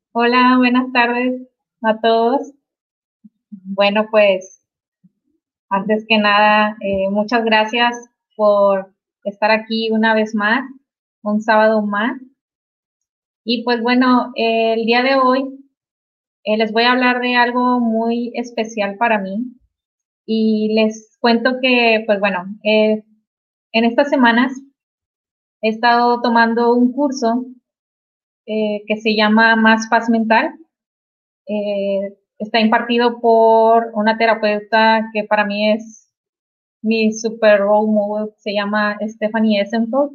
Hola, buenas tardes a todos. Bueno, pues antes que nada, muchas gracias por estar aquí una vez más, un sábado más. Y pues bueno, el día de hoy les voy a hablar de algo muy especial para mí y les cuento que, pues bueno, en estas semanas he estado tomando un curso que se llama Más Paz Mental. Está impartido por una terapeuta que para mí es mi super role model, se llama Stephanie Essenfeld.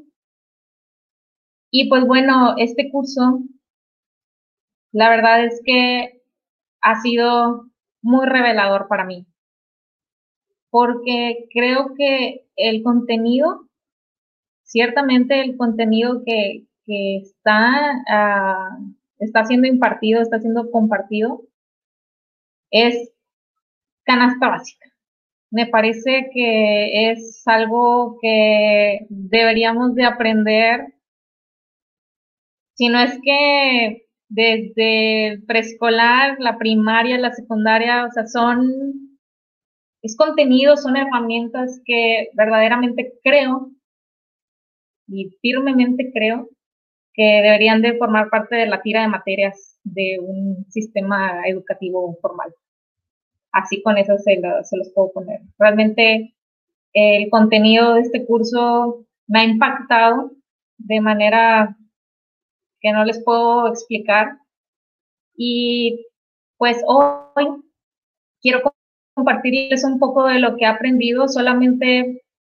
Y pues bueno, este curso, la verdad es que ha sido muy revelador para mí, porque creo que el contenido, ciertamente el contenido que está siendo impartido, está siendo compartido, es canasta básica. Me parece que es algo que deberíamos de aprender, si no es que desde el preescolar, la primaria, la secundaria, o sea, es contenido, son herramientas que verdaderamente creo y firmemente creo que deberían de formar parte de la tira de materias de un sistema educativo formal. Así con eso se los puedo poner. Realmente el contenido de este curso me ha impactado de manera que no les puedo explicar. Y pues hoy quiero compartirles un poco de lo que he aprendido. Solamente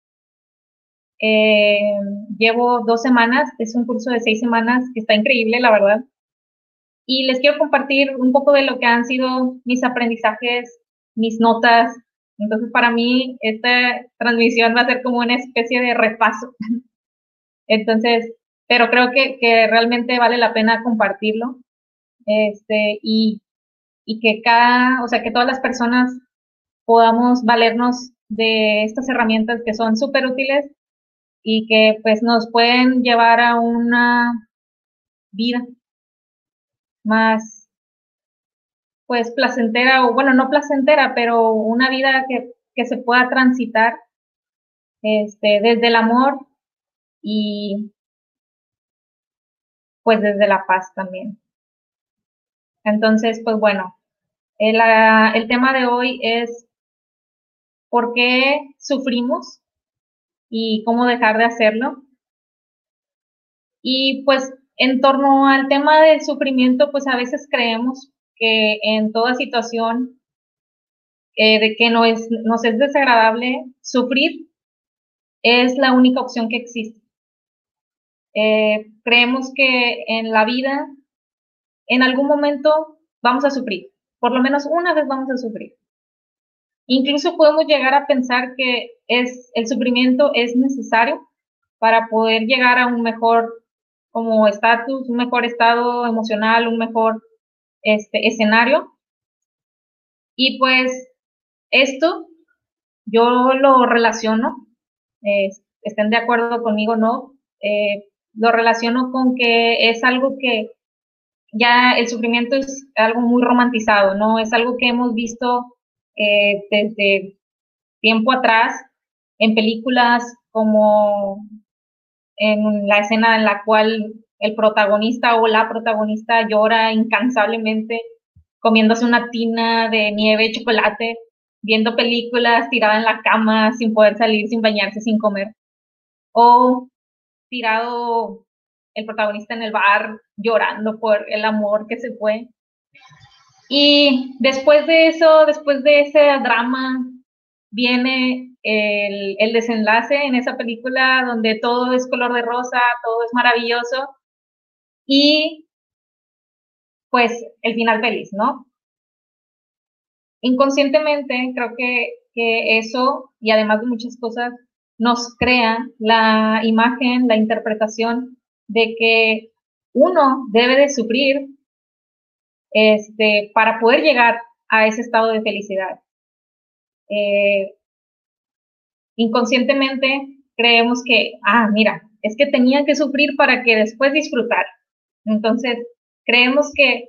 eh, llevo 2 semanas, es un curso de 6 semanas que está increíble, la verdad. Y les quiero compartir un poco de lo que han sido mis aprendizajes, mis notas. Entonces, para mí, esta transmisión va a ser como una especie de repaso. Entonces, pero creo que realmente vale la pena compartirlo. Este, y que o sea, que todas las personas podamos valernos de estas herramientas que son súper útiles y que pues nos pueden llevar a una vida más pues placentera, o bueno, no placentera, pero una vida que se pueda transitar desde el amor y pues desde la paz también. Entonces, pues bueno, el tema de hoy es por qué sufrimos y cómo dejar de hacerlo. Y pues en torno al tema del sufrimiento, pues a veces creemos que en toda situación de que nos es desagradable sufrir es la única opción que existe. Creemos que en la vida, en algún momento, vamos a sufrir. Por lo menos una vez vamos a sufrir. Incluso podemos llegar a pensar que el sufrimiento es necesario para poder llegar a un mejor como estatus, un mejor estado emocional, un mejor escenario. Y pues esto yo lo relaciono, estén de acuerdo conmigo o no, lo relaciono con que es algo que ya el sufrimiento es algo muy romantizado, ¿no? Es algo que hemos visto desde tiempo atrás en películas como en la escena en la cual el protagonista o la protagonista llora incansablemente comiéndose una tina de nieve, chocolate, viendo películas, tirada en la cama, sin poder salir, sin bañarse, sin comer. O tirado el protagonista en el bar llorando por el amor que se fue. Y después de eso, después de ese drama, viene el desenlace en esa película donde todo es color de rosa, todo es maravilloso y pues el final feliz, ¿no? Inconscientemente creo que eso y además de muchas cosas nos crea la imagen, la interpretación de que uno debe de sufrir para poder llegar a ese estado de felicidad. Eh, Inconscientemente creemos que, mira, es que tenía que sufrir para que después disfrutar. Entonces, creemos que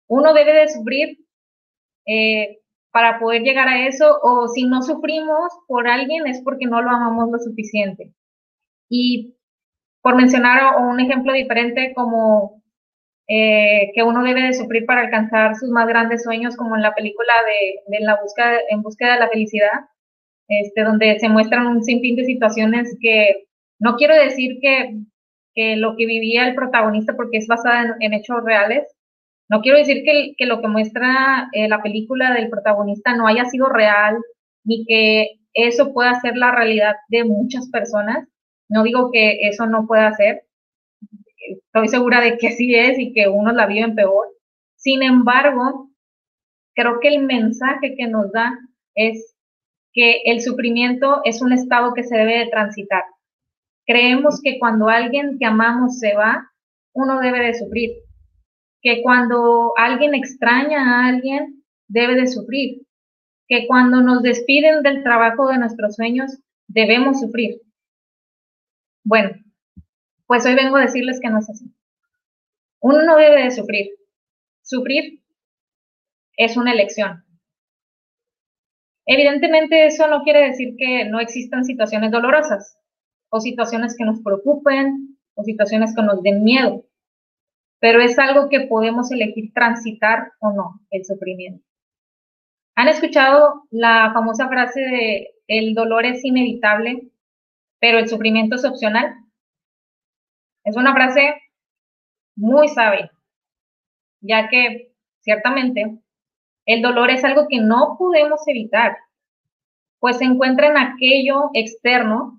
Uno debe de sufrir para poder llegar a eso, o si no sufrimos por alguien es porque no lo amamos lo suficiente. Y por mencionar un ejemplo diferente, como que uno debe de sufrir para alcanzar sus más grandes sueños, como en la película de En búsqueda de la felicidad, donde se muestran un sinfín de situaciones que no quiero decir que lo que vivía el protagonista, porque es basada en hechos reales, no quiero decir que lo que muestra la película del protagonista no haya sido real, ni que eso pueda ser la realidad de muchas personas. No digo que eso no pueda ser, estoy segura de que sí es y que unos la viven peor. Sin embargo, creo que el mensaje que nos da es que el sufrimiento es un estado que se debe de transitar. Creemos que cuando alguien que amamos se va, uno debe de sufrir, que cuando alguien extraña a alguien, debe de sufrir, que cuando nos despiden del trabajo de nuestros sueños, debemos sufrir. Bueno, pues hoy vengo a decirles que no es así. Uno no debe de sufrir. Sufrir es una elección. Evidentemente eso no quiere decir que no existan situaciones dolorosas, o situaciones que nos preocupen, o situaciones que nos den miedo, pero es algo que podemos elegir transitar o no, el sufrimiento. ¿Han escuchado la famosa frase de el dolor es inevitable, pero el sufrimiento es opcional? Es una frase muy sabia, ya que ciertamente el dolor es algo que no podemos evitar, pues se encuentra en aquello externo,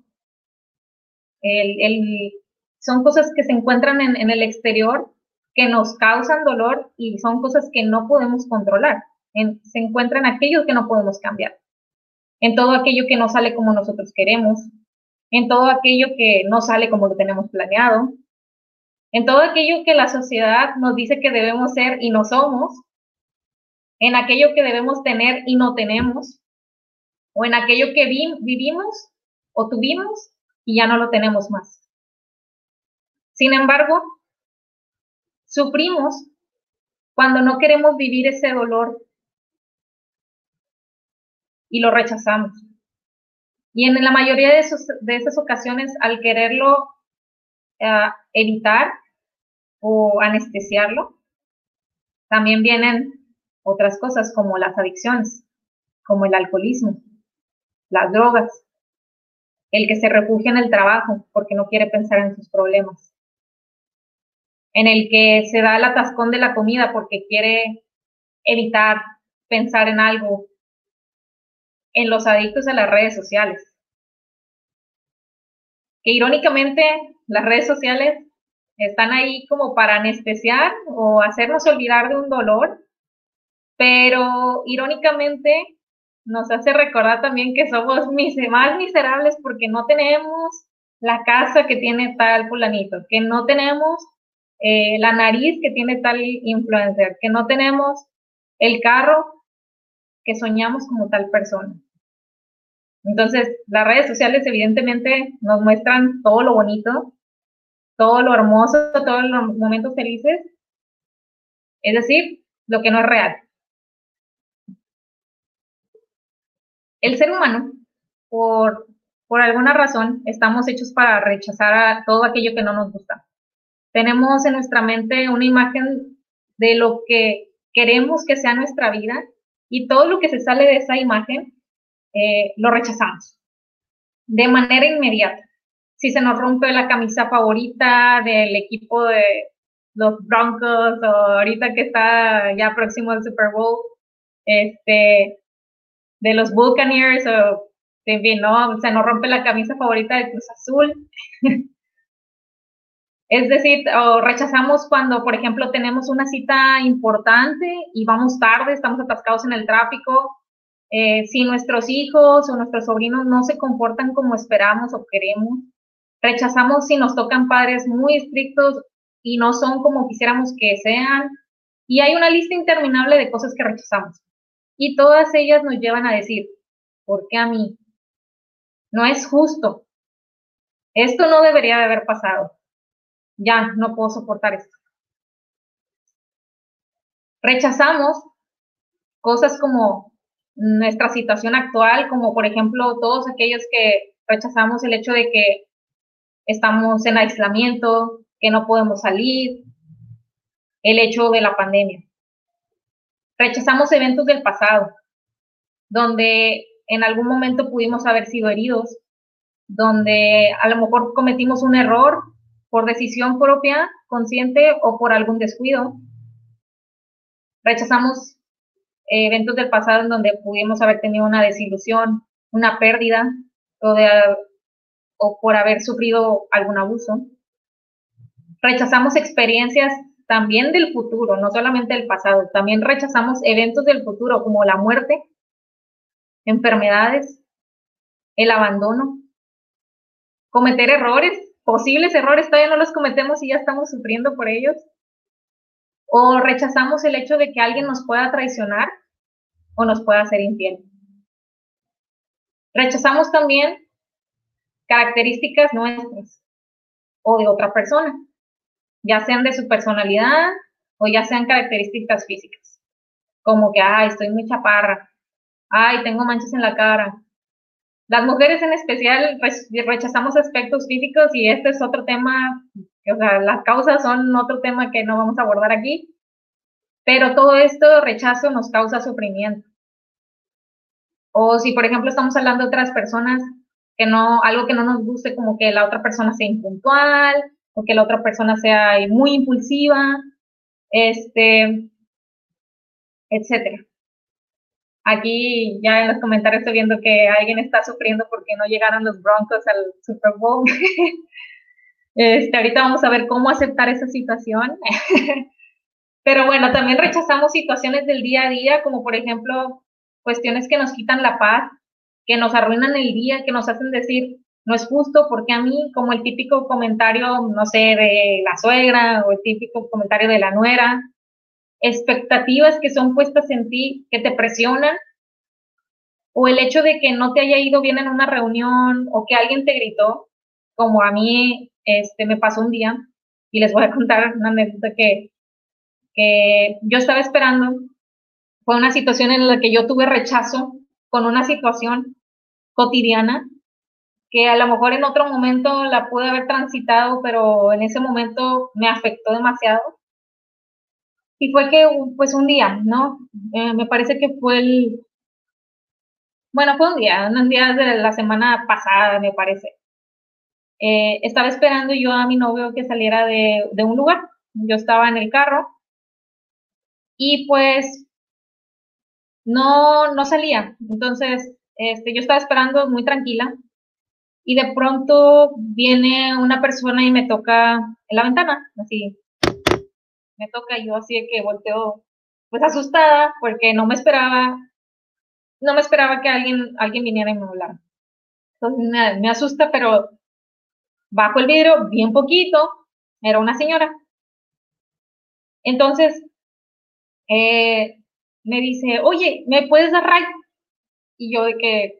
son cosas que se encuentran en el exterior que nos causan dolor y son cosas que no podemos controlar. Se encuentran aquellos que no podemos cambiar, en todo aquello que no sale como nosotros queremos, en todo aquello que no sale como lo tenemos planeado, en todo aquello que la sociedad nos dice que debemos ser y no somos, en aquello que debemos tener y no tenemos, o en aquello que vivimos o tuvimos y ya no lo tenemos más. Sin embargo, sufrimos cuando no queremos vivir ese dolor y lo rechazamos. Y en la mayoría de esas ocasiones, al quererlo evitar o anestesiarlo, también vienen otras cosas como las adicciones, como el alcoholismo, las drogas, el que se refugia en el trabajo porque no quiere pensar en sus problemas, en el que se da el atascón de la comida porque quiere evitar pensar en algo, en los adictos a las redes sociales, que irónicamente las redes sociales están ahí como para anestesiar o hacernos olvidar de un dolor, pero irónicamente nos hace recordar también que somos más miserables porque no tenemos la casa que tiene tal fulanito, que no tenemos la nariz que tiene tal influencer, que no tenemos el carro que soñamos como tal persona. Entonces, las redes sociales evidentemente nos muestran todo lo bonito, todo lo hermoso, todos los momentos felices, es decir, lo que no es real. El ser humano, por alguna razón, estamos hechos para rechazar a todo aquello que no nos gusta. Tenemos en nuestra mente una imagen de lo que queremos que sea nuestra vida y todo lo que se sale de esa imagen lo rechazamos de manera inmediata. Si se nos rompe la camisa favorita del equipo de los Broncos o ahorita que está ya próximo al Super Bowl, de los Buccaneers o en fin, ¿no? Se nos rompe la camisa favorita del Cruz Azul. Es decir, o rechazamos cuando, por ejemplo, tenemos una cita importante y vamos tarde, estamos atascados en el tráfico. Si nuestros hijos o nuestros sobrinos no se comportan como esperamos o queremos, rechazamos si nos tocan padres muy estrictos y no son como quisiéramos que sean. Y hay una lista interminable de cosas que rechazamos. Y todas ellas nos llevan a decir, ¿por qué a mí? No es justo. Esto no debería de haber pasado. Ya, no puedo soportar esto. Rechazamos cosas como nuestra situación actual, como por ejemplo todos aquellos que rechazamos el hecho de que estamos en aislamiento, que no podemos salir, el hecho de la pandemia. Rechazamos eventos del pasado, donde en algún momento pudimos haber sido heridos, donde a lo mejor cometimos un error por decisión propia, consciente o por algún descuido. Rechazamos eventos del pasado en donde pudimos haber tenido una desilusión, una pérdida o por haber sufrido algún abuso. Rechazamos experiencias también del futuro, no solamente del pasado, también rechazamos eventos del futuro como la muerte, enfermedades, el abandono, cometer errores, posibles errores, todavía no los cometemos y ya estamos sufriendo por ellos, o rechazamos el hecho de que alguien nos pueda traicionar o nos pueda ser infiel. Rechazamos también características nuestras o de otra persona, ya sean de su personalidad o ya sean características físicas, como que, ay, estoy muy chaparra, ay, tengo manchas en la cara. Las mujeres en especial rechazamos aspectos físicos y este es otro tema, o sea, las causas son otro tema que no vamos a abordar aquí, pero todo esto rechazo nos causa sufrimiento. O si, por ejemplo, estamos hablando de otras personas, que no, algo que no nos guste, como que la otra persona sea impuntual, o que la otra persona sea muy impulsiva, etcétera. Aquí ya en los comentarios estoy viendo que alguien está sufriendo porque no llegaron los Broncos al Super Bowl. Ahorita vamos a ver cómo aceptar esa situación. Pero bueno, también rechazamos situaciones del día a día, como por ejemplo, cuestiones que nos quitan la paz, que nos arruinan el día, que nos hacen decir, no es justo, porque a mí, como el típico comentario, no sé, de la suegra o el típico comentario de la nuera, expectativas que son puestas en ti, que te presionan, o el hecho de que no te haya ido bien en una reunión o que alguien te gritó, como a mí me pasó un día, y les voy a contar una anécdota que yo estaba esperando. Fue una situación en la que yo tuve rechazo con una situación cotidiana que a lo mejor en otro momento la pude haber transitado, pero en ese momento me afectó demasiado. Y fue que, pues un día, ¿no? Me parece que fue fue un día de la semana pasada, me parece. Estaba esperando yo a mi novio que saliera de un lugar. Yo estaba en el carro y pues no salía. Entonces, yo estaba esperando muy tranquila y de pronto viene una persona y me toca en la ventana, así, me toca, yo así de que volteo, pues asustada, porque no me esperaba que alguien viniera y me hablara. Entonces me asusta, pero bajo el vidrio bien poquito, era una señora. Entonces, me dice, oye, ¿me puedes dar ride? Y yo de que,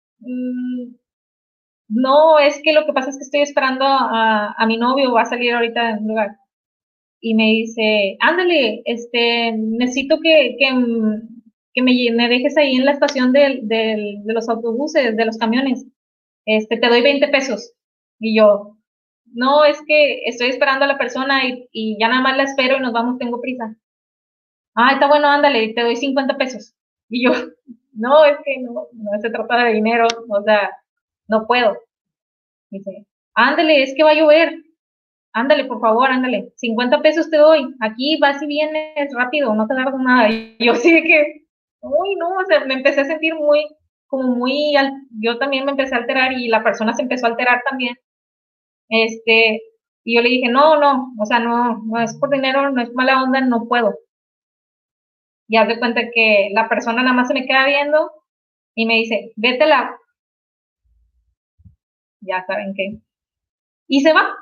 no, es que lo que pasa es que estoy esperando a mi novio, va a salir ahorita en un lugar. Y me dice, ándale, necesito que me dejes ahí en la estación de los autobuses, de los camiones. Te doy 20 pesos. Y yo, no, es que estoy esperando a la persona y ya nada más la espero y nos vamos, tengo prisa. Ah, está bueno, ándale, te doy 50 pesos. Y yo, no, es que no se trata de dinero, o sea, no puedo. Dice, ándale, es que va a llover. Ándale, por favor, ándale. 50 pesos te doy. Aquí vas y vienes rápido, no te tardo nada. Y yo sí de que, uy, no, o sea, me empecé a sentir yo también me empecé a alterar y la persona se empezó a alterar también. Y yo le dije, no, o sea, no es por dinero, no es mala onda, no puedo. Y haz de cuenta que la persona nada más se me queda viendo y me dice, vétela. Ya saben qué. Y se va.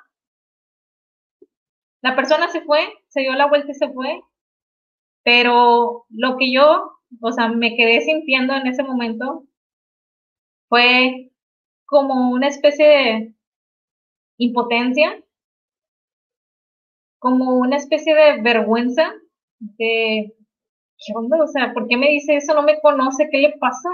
La persona se fue, se dio la vuelta y se fue. Pero lo que yo, o sea, me quedé sintiendo en ese momento fue como una especie de impotencia, como una especie de vergüenza de, ¿qué onda? O sea, ¿por qué me dice eso? No me conoce, ¿qué le pasa?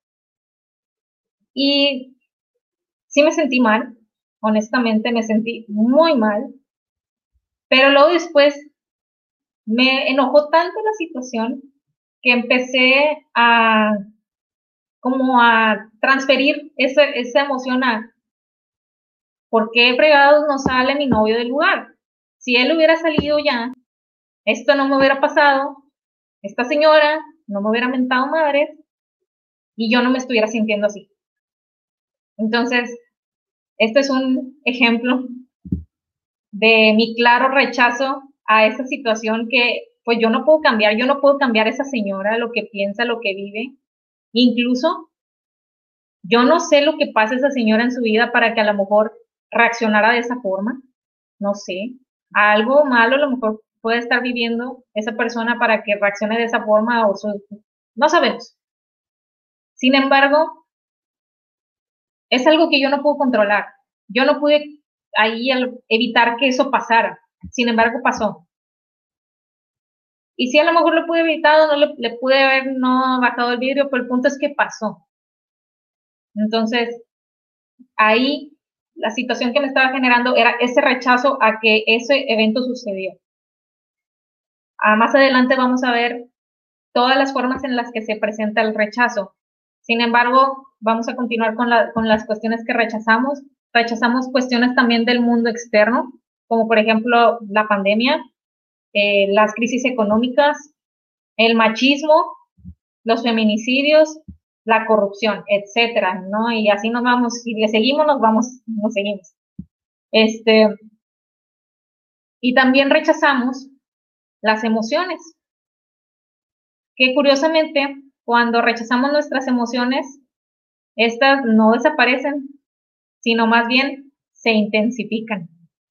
Y sí me sentí mal, honestamente me sentí muy mal, pero luego después me enojó tanto la situación que empecé a como a transferir esa emoción a ¿por qué fregados no sale mi novio del lugar? Si él hubiera salido ya, esto no me hubiera pasado, esta señora no me hubiera mentado madres y yo no me estuviera sintiendo así. Entonces, este es un ejemplo de mi claro rechazo a esa situación que pues yo no puedo cambiar, yo no puedo cambiar a esa señora, lo que piensa, lo que vive. Incluso yo no sé lo que pasa a esa señora en su vida para que a lo mejor reaccionara de esa forma, no sé. Algo malo a lo mejor puede estar viviendo esa persona para que reaccione de esa forma o no sabemos. Sin embargo, es algo que yo no puedo controlar. Yo no pude ahí evitar que eso pasara. Sin embargo, pasó. Y si a lo mejor lo pude evitado, no le pude haber no bajado el vidrio, pero el punto es que pasó. Entonces, ahí la situación que me estaba generando era ese rechazo a que ese evento sucedió. Más adelante vamos a ver todas las formas en las que se presenta el rechazo. Sin embargo, vamos a continuar con las cuestiones que rechazamos. Rechazamos cuestiones también del mundo externo, como por ejemplo la pandemia, las crisis económicas, el machismo, los feminicidios, la corrupción, etcétera, ¿no? Y así nos vamos, si le seguimos, nos seguimos. Y también rechazamos las emociones, que curiosamente, cuando rechazamos nuestras emociones, estas no desaparecen, sino más bien se intensifican.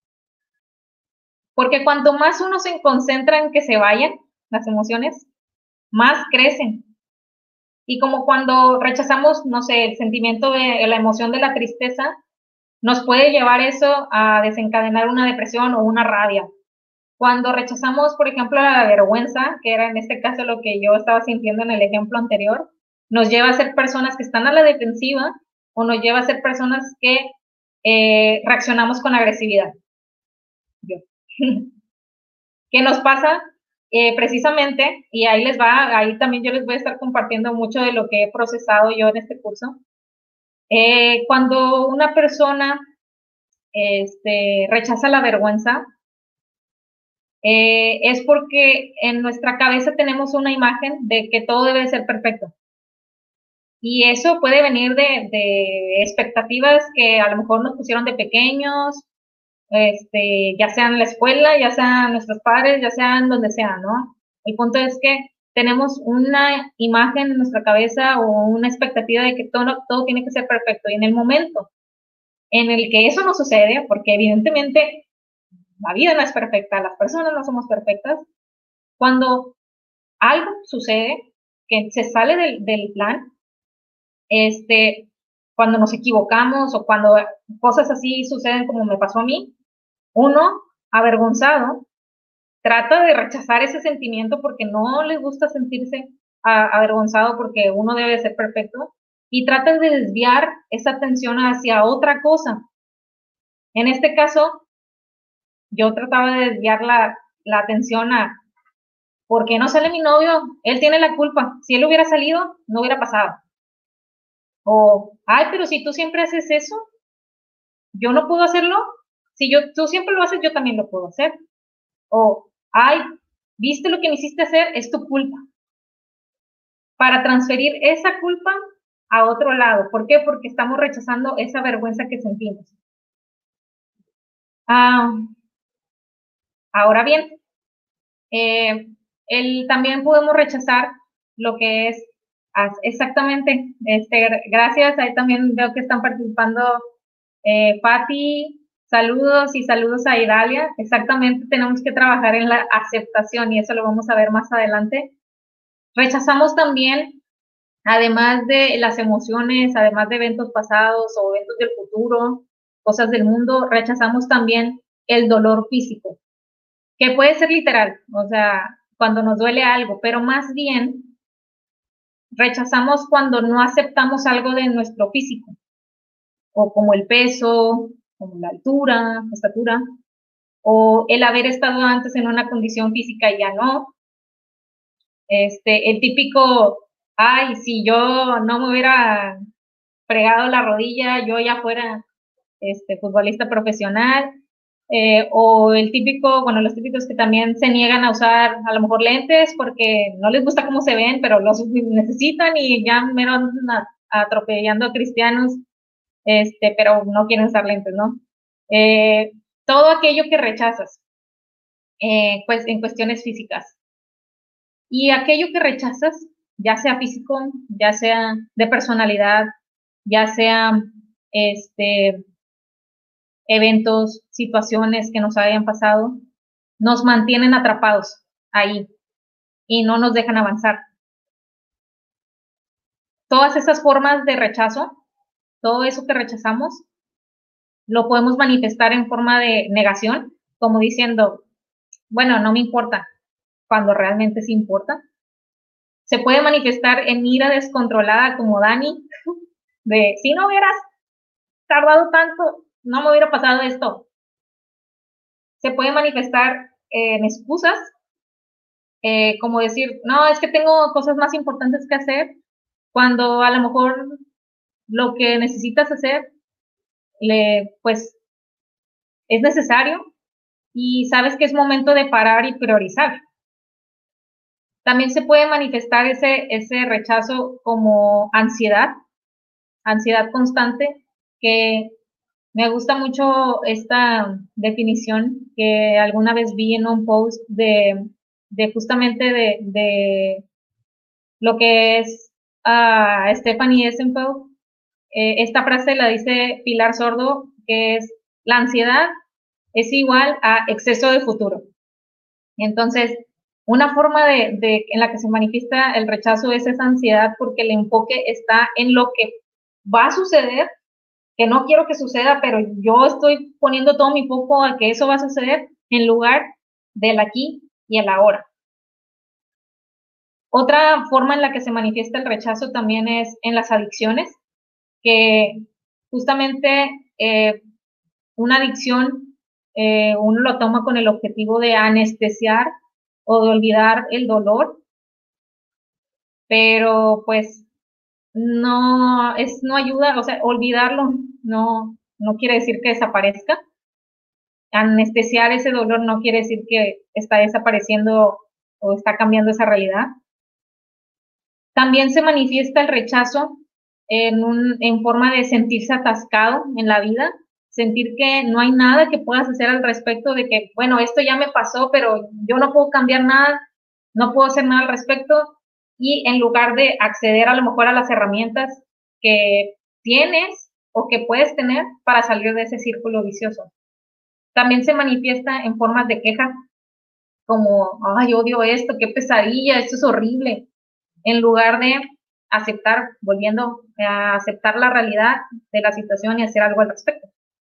Porque cuanto más uno se concentra en que se vayan las emociones, más crecen. Y como cuando rechazamos, no sé, el sentimiento de la emoción de la tristeza, nos puede llevar eso a desencadenar una depresión o una rabia. Cuando rechazamos, por ejemplo, la vergüenza, que era en este caso lo que yo estaba sintiendo en el ejemplo anterior, nos lleva a ser personas que están a la defensiva o nos lleva a ser personas que reaccionamos con agresividad. ¿Qué nos pasa? Precisamente, y ahí les va, ahí también yo les voy a estar compartiendo mucho de lo que he procesado yo en este curso. Cuando una persona rechaza la vergüenza, es porque en nuestra cabeza tenemos una imagen de que todo debe ser perfecto. Y eso puede venir de expectativas que a lo mejor nos pusieron de pequeños, ya sea en la escuela, ya sean nuestros padres, ya sean donde sea, ¿no? El punto es que tenemos una imagen en nuestra cabeza o una expectativa de que todo tiene que ser perfecto. Y en el momento en el que eso no sucede, porque evidentemente la vida no es perfecta, las personas no somos perfectas, cuando algo sucede que se sale del plan, cuando nos equivocamos o cuando cosas así suceden como me pasó a mí, uno, avergonzado, trata de rechazar ese sentimiento porque no le gusta sentirse avergonzado porque uno debe ser perfecto y trata de desviar esa atención hacia otra cosa. En este caso, yo trataba de desviar la atención a ¿por qué no sale mi novio? Él tiene la culpa. Si él hubiera salido, no hubiera pasado. O, ay, pero si tú siempre haces eso, yo no puedo hacerlo. Si tú siempre lo haces, yo también lo puedo hacer. O, ay, viste lo que me hiciste hacer, es tu culpa. Para transferir esa culpa a otro lado. ¿Por qué? Porque estamos rechazando esa vergüenza que sentimos. Ah, ahora bien, también podemos rechazar lo que es exactamente, gracias, ahí también veo que están participando Patti, saludos y saludos a Idalia. Exactamente, tenemos que trabajar en la aceptación y eso lo vamos a ver más adelante. Rechazamos también, además de las emociones, además de eventos pasados o eventos del futuro, cosas del mundo, rechazamos también el dolor físico, que puede ser literal, o sea, cuando nos duele algo, pero más bien rechazamos cuando no aceptamos algo de nuestro físico, o como el peso, como la altura, la estatura, o el haber estado antes en una condición física y ya no. El típico, ay, si yo no me hubiera fregado la rodilla, yo ya fuera futbolista profesional, o el típico, bueno, los típicos que también se niegan a usar a lo mejor lentes porque no les gusta cómo se ven, pero los necesitan y ya mero andan atropellando a cristianos, pero no quieren usar lentes, ¿no? Todo aquello que rechazas, pues en cuestiones físicas. Y aquello que rechazas, ya sea físico, ya sea de personalidad, ya sea eventos, situaciones que nos hayan pasado, nos mantienen atrapados ahí y no nos dejan avanzar. Todas esas formas de rechazo, todo eso que rechazamos, lo podemos manifestar en forma de negación, como diciendo, bueno, no me importa, cuando realmente sí importa. Se puede manifestar en ira descontrolada como Dani, de si no hubieras tardado tanto, no me hubiera pasado esto. Se puede manifestar en excusas, como decir, no, es que tengo cosas más importantes que hacer, cuando a lo mejor lo que necesitas hacer, pues es necesario y sabes que es momento de parar y priorizar. También se puede manifestar ese rechazo como ansiedad constante, que me gusta mucho esta definición que alguna vez vi en un post de justamente de lo que es Stephanie Eisenfeld. Esta frase la dice Pilar Sordo, que es, la ansiedad es igual a exceso de futuro. Entonces, una forma en la que se manifiesta el rechazo es esa ansiedad porque el enfoque está en lo que va a suceder, que no quiero que suceda, pero yo estoy poniendo todo mi foco a que eso va a suceder en lugar del aquí y el ahora. Otra forma en la que se manifiesta el rechazo también es en las adicciones, que justamente una adicción uno lo toma con el objetivo de anestesiar o de olvidar el dolor, pero pues no ayuda, o sea, olvidarlo no quiere decir que desaparezca. Anestesiar ese dolor no quiere decir que está desapareciendo o está cambiando esa realidad. También se manifiesta el rechazo en forma de sentirse atascado en la vida, sentir que no hay nada que puedas hacer al respecto de que, bueno, esto ya me pasó, pero yo no puedo cambiar nada, no puedo hacer nada al respecto, y en lugar de acceder a lo mejor a las herramientas que tienes o que puedes tener para salir de ese círculo vicioso. También se manifiesta en formas de queja, como, ay, odio esto, qué pesadilla, esto es horrible, en lugar de aceptar, volviendo a aceptar la realidad de la situación y hacer algo al respecto.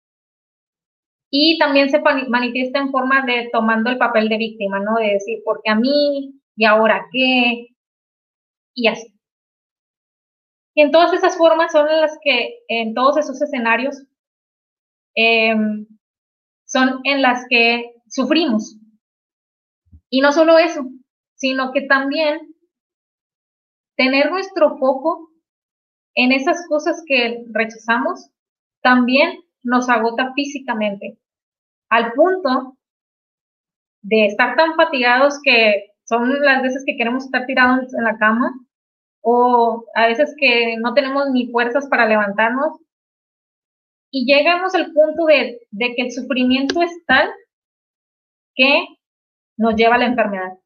Y también se manifiesta en forma de tomando el papel de víctima, ¿no? De decir, porque a mí, y ahora qué, y así. Y en todas esas formas son en las que, en todos esos escenarios, eh, son en las que sufrimos. Y no solo eso, sino que también tener nuestro foco en esas cosas que rechazamos también nos agota físicamente, al punto de estar tan fatigados que son las veces que queremos estar tirados en la cama o a veces que no tenemos ni fuerzas para levantarnos y llegamos al punto de que el sufrimiento es tal que nos lleva a la enfermedad.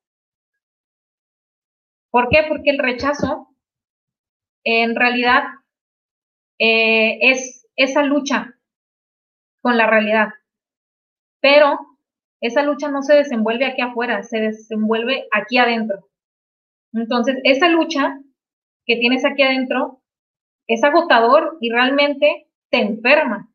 ¿Por qué? Porque el rechazo en realidad es esa lucha con la realidad, pero esa lucha no se desenvuelve aquí afuera, se desenvuelve aquí adentro. Entonces, esa lucha que tienes aquí adentro es agotador y realmente te enferma.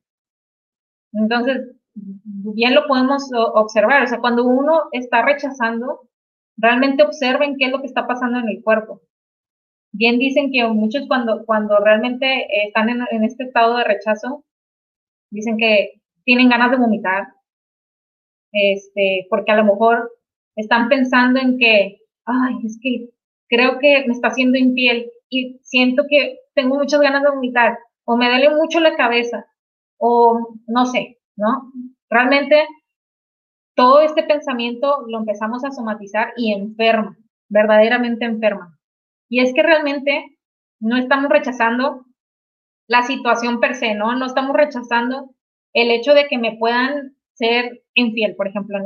Entonces, bien lo podemos observar, o sea, cuando uno está rechazando, Realmente observen qué es lo que está pasando en el cuerpo. Bien dicen que muchos cuando realmente están en este estado de rechazo, dicen que tienen ganas de vomitar, porque a lo mejor están pensando en que, ay, es que creo que me está haciendo infiel y siento que tengo muchas ganas de vomitar, o me duele mucho la cabeza, o no sé, ¿no? Realmente todo este pensamiento lo empezamos a somatizar y enferma, verdaderamente enferma. Y es que realmente no estamos rechazando la situación per se, ¿no? No estamos rechazando el hecho de que me puedan ser infiel, por ejemplo,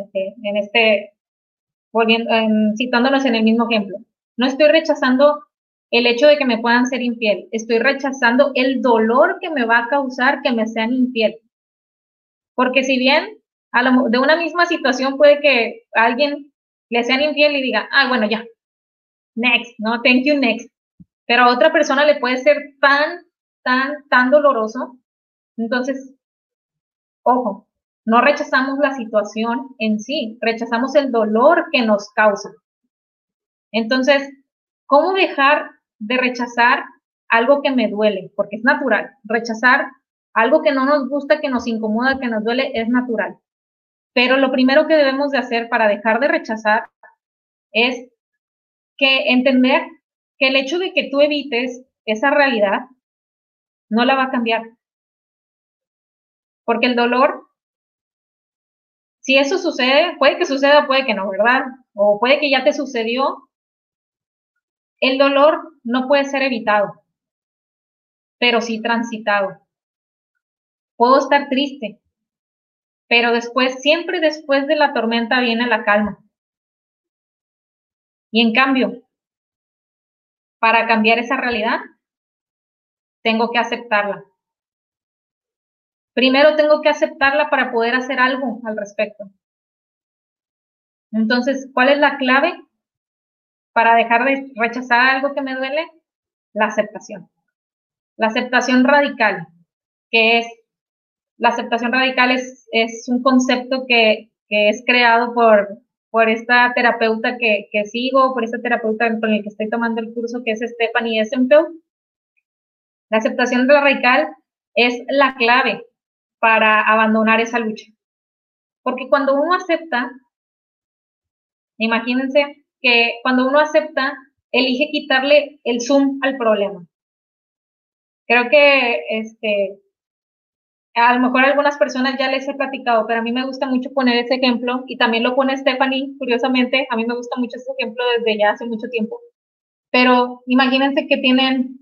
citándonos en el mismo ejemplo. No estoy rechazando el hecho de que me puedan ser infiel, estoy rechazando el dolor que me va a causar que me sean infiel. Porque si bien de una misma situación puede que alguien le sean infiel y diga, ah, bueno, ya, next, no, thank you, next. Pero a otra persona le puede ser tan doloroso. Entonces, ojo, no rechazamos la situación en sí, rechazamos el dolor que nos causa. Entonces, ¿cómo dejar de rechazar algo que me duele? Porque es natural. Rechazar algo que no nos gusta, que nos incomoda, que nos duele, es natural. Pero lo primero que debemos de hacer para dejar de rechazar es que entender que el hecho de que tú evites esa realidad no la va a cambiar. Porque el dolor, si eso sucede, puede que suceda, puede que no, ¿verdad? O puede que ya te sucedió. El dolor no puede ser evitado, pero sí transitado. Puedo estar triste, pero después, siempre después de la tormenta viene la calma. Y en cambio, para cambiar esa realidad, tengo que aceptarla. Primero tengo que aceptarla para poder hacer algo al respecto. Entonces, ¿cuál es la clave para dejar de rechazar algo que me duele? La aceptación. La aceptación radical, que es, la aceptación radical es un concepto que es creado por esta terapeuta que sigo, por esta terapeuta con el que estoy tomando el curso, que es Stephanie Essenfeld. La aceptación radical es la clave para abandonar esa lucha. Porque cuando uno acepta, imagínense que cuando uno acepta, elige quitarle el zoom al problema. Creo que a lo mejor a algunas personas ya les he platicado, pero a mí me gusta mucho poner ese ejemplo y también lo pone Stephanie, curiosamente, a mí me gusta mucho ese ejemplo desde ya hace mucho tiempo. Pero imagínense que tienen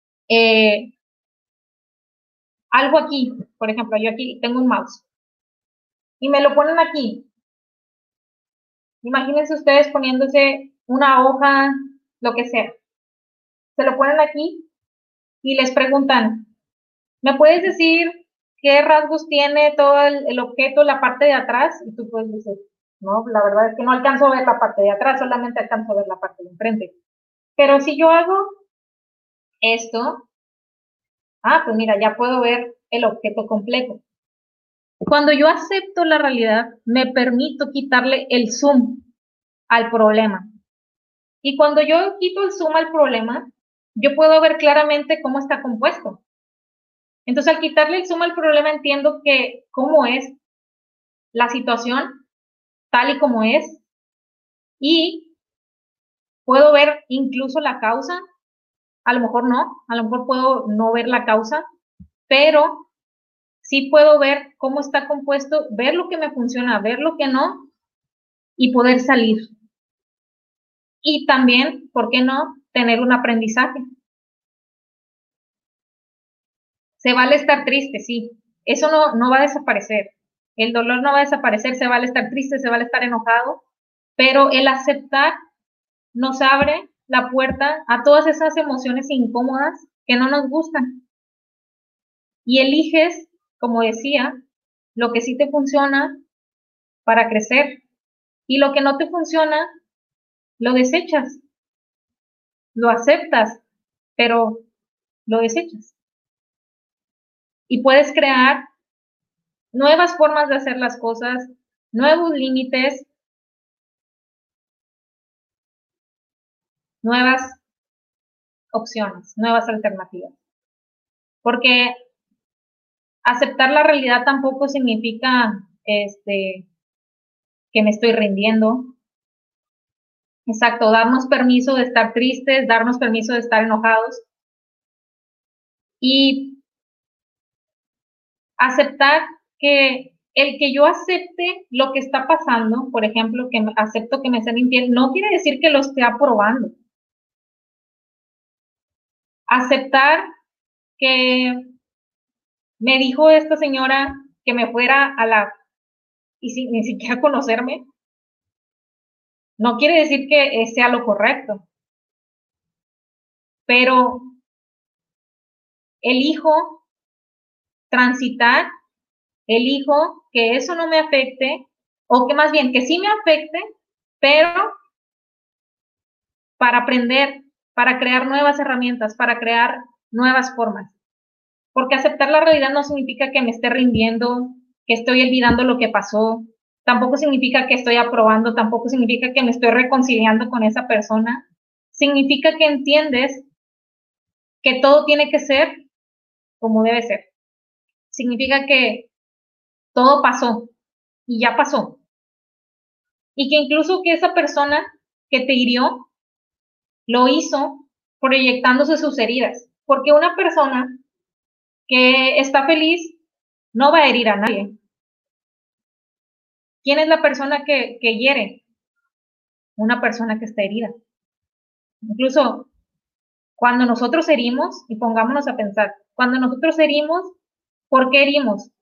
algo aquí, por ejemplo, yo aquí tengo un mouse y me lo ponen aquí. Imagínense ustedes poniéndose una hoja, lo que sea. Se lo ponen aquí y les preguntan, ¿me puedes decir qué rasgos tiene todo el objeto, la parte de atrás? Y tú puedes decir, no, la verdad es que no alcanzo a ver la parte de atrás, solamente alcanzo a ver la parte de enfrente. Pero si yo hago esto, pues mira, ya puedo ver el objeto completo. Cuando yo acepto la realidad, me permito quitarle el zoom al problema. Y cuando yo quito el zoom al problema, yo puedo ver claramente cómo está compuesto. Entonces, al quitarle el zoom al problema, entiendo que cómo es la situación, tal y como es, y puedo ver incluso la causa, a lo mejor no, a lo mejor puedo no ver la causa, pero sí puedo ver cómo está compuesto, ver lo que me funciona, ver lo que no, y poder salir. Y también, ¿por qué no?, tener un aprendizaje. Se vale estar triste, sí, eso no va a desaparecer, el dolor no va a desaparecer, se vale estar triste, se vale estar enojado, pero el aceptar nos abre la puerta a todas esas emociones incómodas que no nos gustan. Y eliges, como decía, lo que sí te funciona para crecer. Y lo que no te funciona, lo desechas, lo aceptas, pero lo desechas. Y puedes crear nuevas formas de hacer las cosas, nuevos límites, nuevas opciones, nuevas alternativas. Porque aceptar la realidad tampoco significa que me estoy rindiendo. Exacto, darnos permiso de estar tristes, darnos permiso de estar enojados y aceptar que el que yo acepte lo que está pasando, por ejemplo, que acepto que me estén infiel, no quiere decir que lo esté aprobando. Aceptar que me dijo esta señora que me fuera y sin ni siquiera conocerme, no quiere decir que sea lo correcto, pero elijo transitar, elijo que eso no me afecte, o que más bien que sí me afecte, pero para aprender, para crear nuevas herramientas, para crear nuevas formas. Porque aceptar la realidad no significa que me esté rindiendo, que estoy olvidando lo que pasó, tampoco significa que estoy aprobando, tampoco significa que me estoy reconciliando con esa persona. Significa que entiendes que todo tiene que ser como debe ser. Significa que todo pasó y ya pasó. Y que incluso que esa persona que te hirió lo hizo proyectándose sus heridas. Porque una persona que está feliz no va a herir a nadie. ¿Quién es la persona que hiere? Una persona que está herida. Incluso cuando nosotros herimos, y pongámonos a pensar, cuando nosotros herimos, ¿por qué herimos?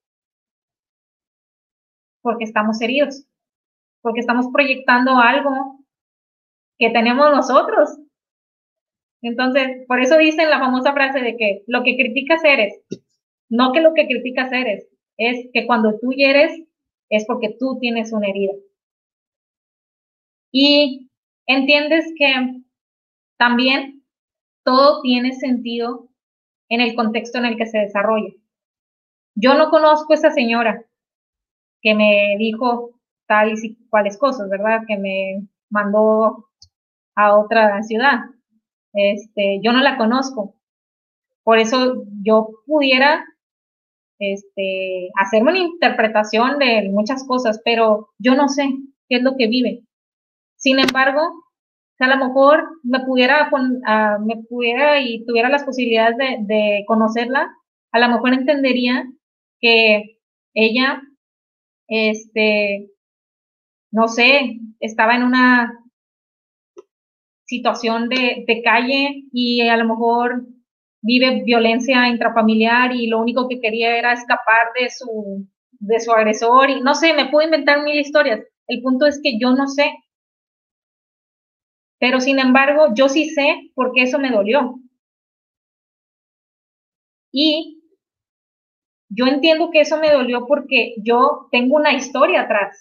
Porque estamos heridos, porque estamos proyectando algo que tenemos nosotros. Entonces, por eso dicen la famosa frase de que lo que criticas eres, no que lo que criticas eres, es que cuando tú hieres es porque tú tienes una herida. Y entiendes que también todo tiene sentido en el contexto en el que se desarrolla. Yo no conozco a esa señora que me dijo tal y cuales cosas, ¿verdad? Que me mandó a otra ciudad. Yo no la conozco. Por eso yo pudiera hacerme una interpretación de muchas cosas, pero yo no sé qué es lo que vive. Sin embargo, a lo mejor me pudiera y tuviera las posibilidades de conocerla, a lo mejor entendería que ella, no sé, estaba en una situación de calle y a lo mejor vive violencia intrafamiliar y lo único que quería era escapar de su agresor y no sé, me puedo inventar mil historias. El punto es que yo no sé, pero sin embargo yo sí sé porque eso me dolió. Y yo entiendo que eso me dolió porque yo tengo una historia atrás.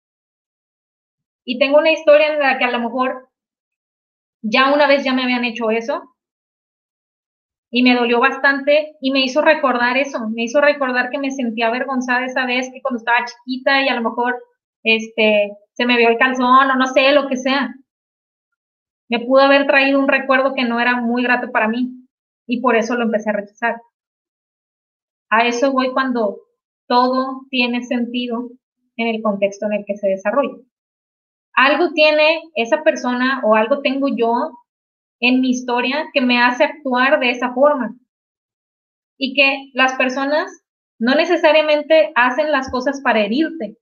Y tengo una historia en la que a lo mejor ya una vez ya me habían hecho eso y me dolió bastante y me hizo recordar eso, me hizo recordar que me sentía avergonzada esa vez que cuando estaba chiquita y a lo mejor se me vio el calzón o no sé, lo que sea. Me pudo haber traído un recuerdo que no era muy grato para mí y por eso lo empecé a rechazar. A eso voy cuando todo tiene sentido en el contexto en el que se desarrolla. Algo tiene esa persona o algo tengo yo en mi historia que me hace actuar de esa forma. Y que las personas no necesariamente hacen las cosas para herirte.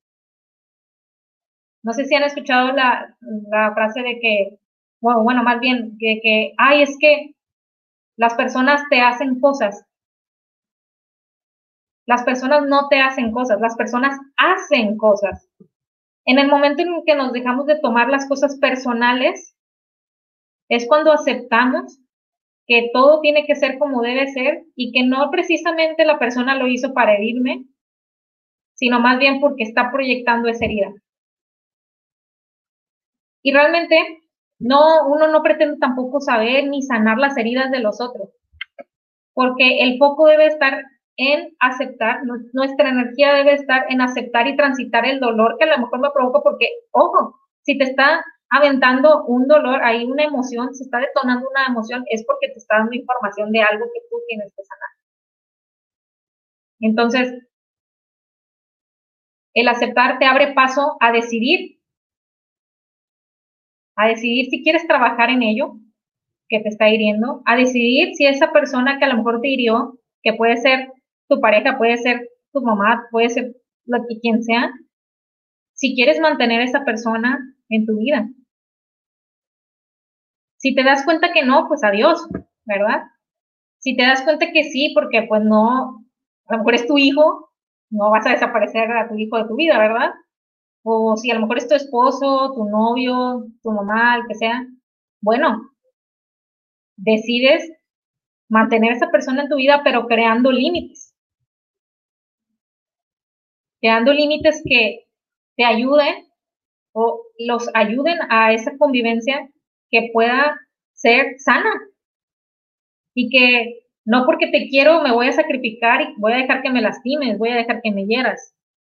No sé si han escuchado la frase de que, bueno, más bien, ay, es que las personas te hacen cosas. Las personas no te hacen cosas, las personas hacen cosas. En el momento en que nos dejamos de tomar las cosas personales, es cuando aceptamos que todo tiene que ser como debe ser y que no precisamente la persona lo hizo para herirme, sino más bien porque está proyectando esa herida. Y realmente uno no pretende tampoco saber ni sanar las heridas de los otros, porque el foco debe estar en aceptar, nuestra energía debe estar en aceptar y transitar el dolor que a lo mejor me provoca, porque, ojo, si te está aventando un dolor, hay una emoción, se está detonando una emoción, es porque te está dando información de algo que tú tienes que sanar. Entonces, el aceptar te abre paso a decidir si quieres trabajar en ello que te está hiriendo, a decidir si esa persona que a lo mejor te hirió, que puede ser tu pareja, puede ser tu mamá, puede ser quien sea, si quieres mantener a esa persona en tu vida. Si te das cuenta que no, pues adiós, ¿verdad? Si te das cuenta que sí, porque pues no, a lo mejor es tu hijo, no vas a desaparecer a tu hijo de tu vida, ¿verdad? O si a lo mejor es tu esposo, tu novio, tu mamá, el que sea, bueno, decides mantener a esa persona en tu vida, pero creando límites que te ayuden o los ayuden a esa convivencia que pueda ser sana y que no porque te quiero me voy a sacrificar y voy a dejar que me lastimes, voy a dejar que me hieras.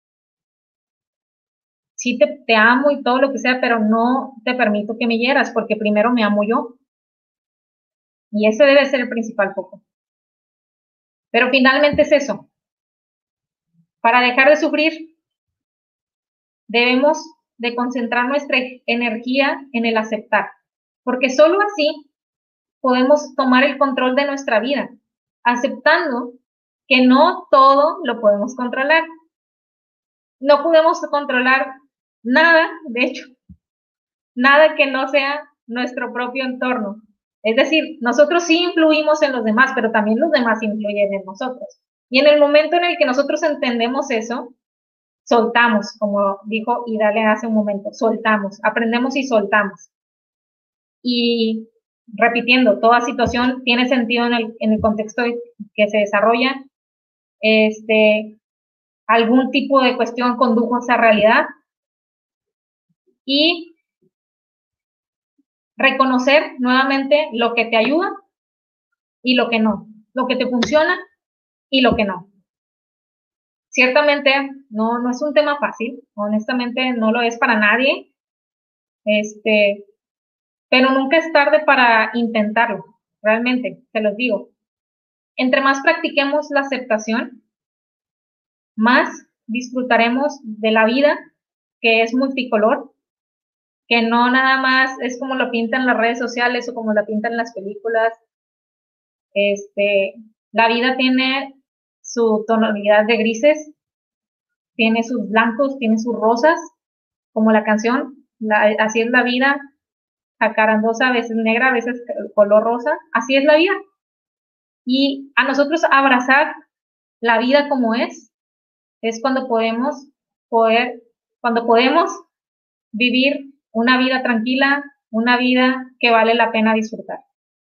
Sí te amo y todo lo que sea, pero no te permito que me hieras porque primero me amo yo. Y ese debe ser el principal foco. Pero finalmente es eso. Para dejar de sufrir, debemos de concentrar nuestra energía en el aceptar, porque solo así podemos tomar el control de nuestra vida, aceptando que no todo lo podemos controlar. No podemos controlar nada, de hecho, nada que no sea nuestro propio entorno. Es decir, nosotros sí influimos en los demás, pero también los demás influyen en nosotros. Y en el momento en el que nosotros entendemos eso, soltamos, como dijo Idale hace un momento, soltamos, aprendemos y soltamos. Y repitiendo, toda situación tiene sentido en el contexto que se desarrolla. Algún tipo de cuestión condujo a esa realidad. Y reconocer nuevamente lo que te ayuda y lo que no, lo que te funciona y lo que no. Ciertamente no es un tema fácil, honestamente no lo es para nadie, pero nunca es tarde para intentarlo, realmente, te los digo. Entre más practiquemos la aceptación, más disfrutaremos de la vida, que es multicolor, que no nada más es como lo pintan las redes sociales o como la pintan las películas. La vida tiene su tonalidad de grises, tiene sus blancos, tiene sus rosas, como la canción, así es la vida, jacarandosa, a veces negra, a veces color rosa, así es la vida. Y a nosotros abrazar la vida como es cuando cuando podemos vivir una vida tranquila, una vida que vale la pena disfrutar.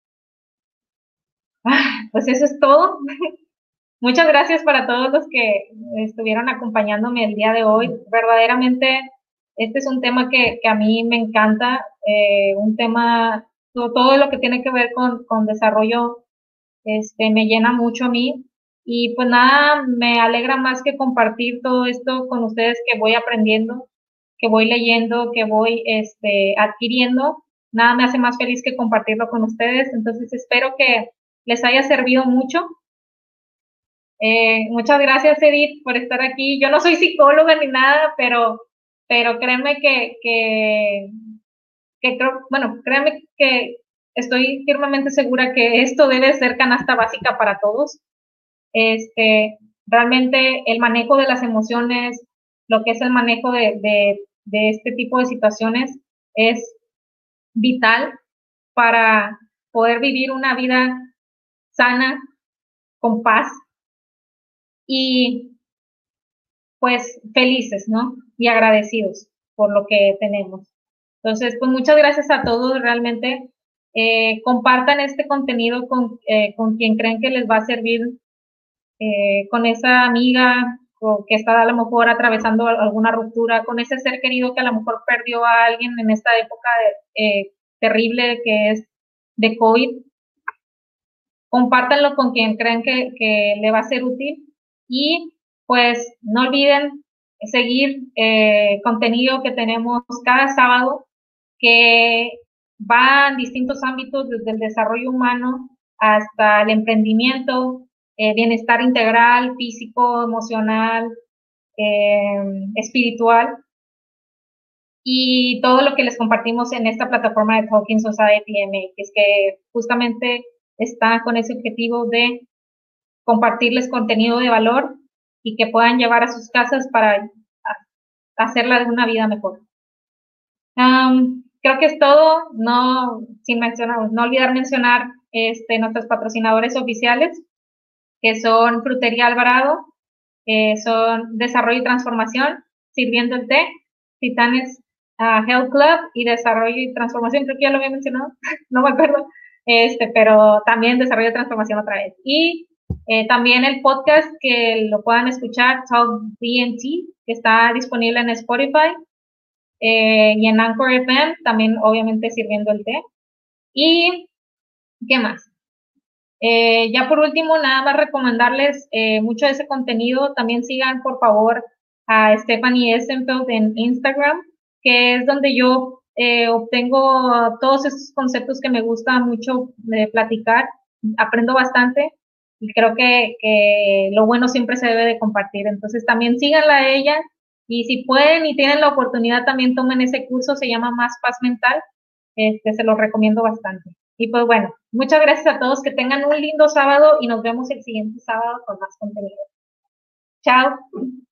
Pues eso es todo. Muchas gracias para todos los que estuvieron acompañándome el día de hoy. Verdaderamente, este es un tema que a mí me encanta, un tema, todo lo que tiene que ver con desarrollo, me llena mucho a mí. Y pues nada, me alegra más que compartir todo esto con ustedes que voy aprendiendo, que voy leyendo, que voy adquiriendo. Nada me hace más feliz que compartirlo con ustedes. Entonces espero que les haya servido mucho. Muchas gracias, Edith, por estar aquí. Yo no soy psicóloga ni nada, pero créeme que creo, bueno, créeme que estoy firmemente segura que esto debe ser canasta básica para todos. Realmente el manejo de las emociones, lo que es el manejo de este tipo de situaciones es vital para poder vivir una vida sana, con paz y pues felices, ¿no? Y agradecidos por lo que tenemos. Entonces, pues muchas gracias a todos, realmente. Compartan este contenido con quien creen que les va a servir, con esa amiga o que está a lo mejor atravesando alguna ruptura, con ese ser querido que a lo mejor perdió a alguien en esta época terrible que es de COVID. Compártanlo con quien crean que le va a ser útil y pues no olviden seguir contenido que tenemos cada sábado que va en distintos ámbitos, desde el desarrollo humano hasta el emprendimiento, bienestar integral, físico, emocional, espiritual, y todo lo que les compartimos en esta plataforma de Talking Society MX, que justamente está con ese objetivo de compartirles contenido de valor y que puedan llevar a sus casas para hacerla de una vida mejor. Creo que es todo, no olvidar mencionar nuestros patrocinadores oficiales, que son Frutería Alvarado, son Desarrollo y Transformación, Sirviendo el Té, Titanes Health Club y Desarrollo y Transformación, creo que ya lo había mencionado, no me acuerdo, pero también Desarrollo y Transformación otra vez. Y también el podcast que lo puedan escuchar, Talk DNT, que está disponible en Spotify y en Anchor FM, también obviamente Sirviendo el Té. ¿Y qué más? Ya por último, nada más recomendarles mucho de ese contenido. También sigan, por favor, a Stephanie Essenfeld en Instagram, que es donde yo obtengo todos esos conceptos que me gusta mucho platicar. Aprendo bastante y creo que lo bueno siempre se debe de compartir. Entonces también síganla a ella y si pueden y tienen la oportunidad también tomen ese curso, se llama Más Paz Mental. Se los recomiendo bastante. Y pues bueno, muchas gracias a todos, que tengan un lindo sábado y nos vemos el siguiente sábado con más contenido. Chao.